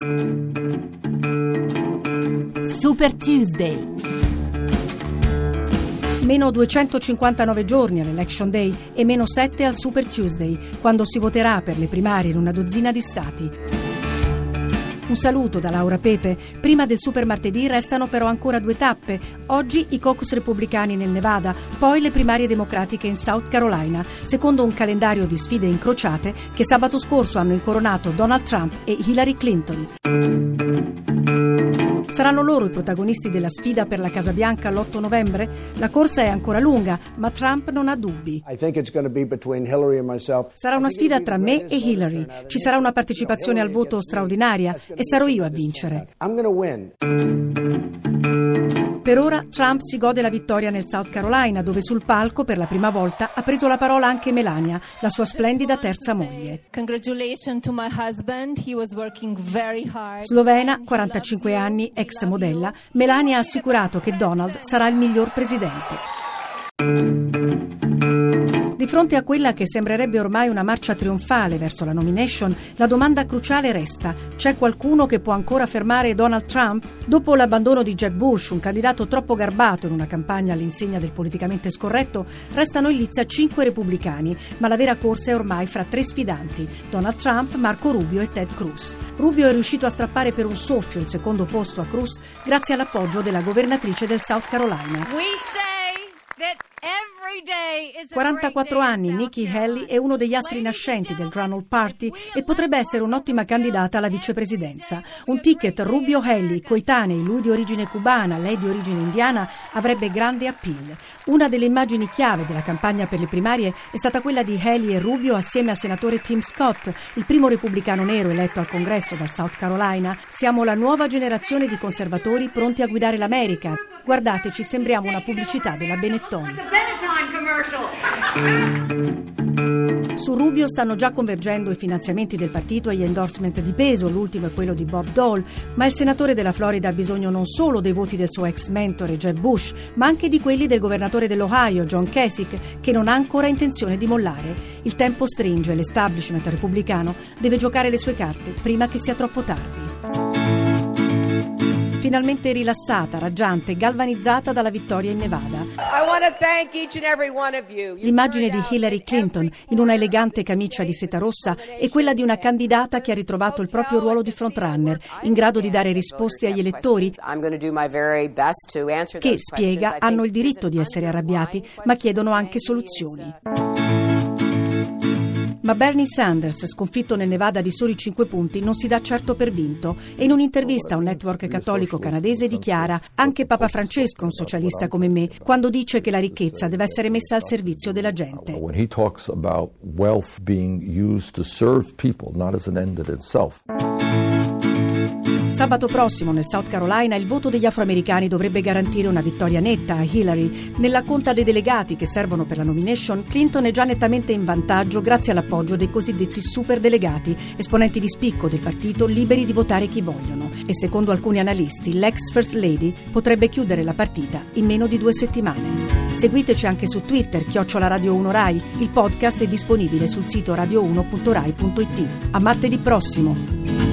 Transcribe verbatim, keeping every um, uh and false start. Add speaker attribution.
Speaker 1: Super Tuesday.
Speaker 2: Meno duecentocinquantanove giorni all'Election Day e meno sette al Super Tuesday, quando si voterà per le primarie in una dozzina di stati. Un saluto da Laura Pepe. Prima del Super Martedì restano però ancora due tappe. Oggi i caucus repubblicani nel Nevada, poi le primarie democratiche in South Carolina, secondo un calendario di sfide incrociate che sabato scorso hanno incoronato Donald Trump e Hillary Clinton. Saranno loro i protagonisti della sfida per la Casa Bianca l'otto novembre? La corsa è ancora lunga, ma Trump non ha dubbi. Sarà una sfida tra me e Hillary. Ci sarà una partecipazione al voto straordinaria e sarò io a vincere. Per ora Trump si gode la vittoria nel South Carolina, dove sul palco per la prima volta ha preso la parola anche Melania, la sua splendida terza moglie. Slovena, quarantacinque anni, ex modella, Melania ha assicurato che Donald sarà il miglior presidente. Di fronte a quella che sembrerebbe ormai una marcia trionfale verso la nomination, la domanda cruciale resta: c'è qualcuno che può ancora fermare Donald Trump? Dopo l'abbandono di Jeb Bush, un candidato troppo garbato in una campagna all'insegna del politicamente scorretto, restano in lizza cinque repubblicani, ma la vera corsa è ormai fra tre sfidanti: Donald Trump, Marco Rubio e Ted Cruz. Rubio è riuscito a strappare per un soffio il secondo posto a Cruz grazie all'appoggio della governatrice del South Carolina. quarantaquattro anni, Nikki Haley è uno degli astri nascenti del Grand Old Party e potrebbe essere un'ottima candidata alla vicepresidenza. Un ticket Rubio-Haley, coetanei, lui di origine cubana, lei di origine indiana, avrebbe grande appeal. Una delle immagini chiave della campagna per le primarie è stata quella di Haley e Rubio assieme al senatore Tim Scott, il primo repubblicano nero eletto al Congresso dal South Carolina. Siamo la nuova generazione di conservatori pronti a guidare l'America. Guardateci, sembriamo una pubblicità della Benetton. Su Rubio stanno già convergendo i finanziamenti del partito e gli endorsement di peso, l'ultimo è quello di Bob Dole, ma il senatore della Florida ha bisogno non solo dei voti del suo ex mentore Jeb Bush, ma anche di quelli del governatore dell'Ohio, John Kasich, che non ha ancora intenzione di mollare. Il tempo stringe e l'establishment repubblicano deve giocare le sue carte prima che sia troppo tardi. Finalmente rilassata, raggiante, galvanizzata dalla vittoria in Nevada. L'immagine di Hillary Clinton in una elegante camicia di seta rossa è quella di una candidata che ha ritrovato il proprio ruolo di frontrunner, in grado di dare risposte agli elettori che, spiega, hanno il diritto di essere arrabbiati, ma chiedono anche soluzioni. Ma Bernie Sanders, sconfitto nel Nevada di soli cinque punti, non si dà certo per vinto e in un'intervista a un network cattolico canadese dichiara: anche Papa Francesco è un socialista come me, quando dice che la ricchezza deve essere messa al servizio della gente.
Speaker 3: When he talks about wealth being used to serve people, not as an end in itself.
Speaker 2: Sabato prossimo nel South Carolina il voto degli afroamericani dovrebbe garantire una vittoria netta a Hillary. Nella conta dei delegati che servono per la nomination, Clinton è già nettamente in vantaggio grazie all'appoggio dei cosiddetti superdelegati, esponenti di spicco del partito liberi di votare chi vogliono. E secondo alcuni analisti, l'ex First Lady potrebbe chiudere la partita in meno di due settimane. Seguiteci anche su Twitter, chiocciola Radio uno Rai. Il podcast è disponibile sul sito radio uno punto rai punto it. A martedì prossimo!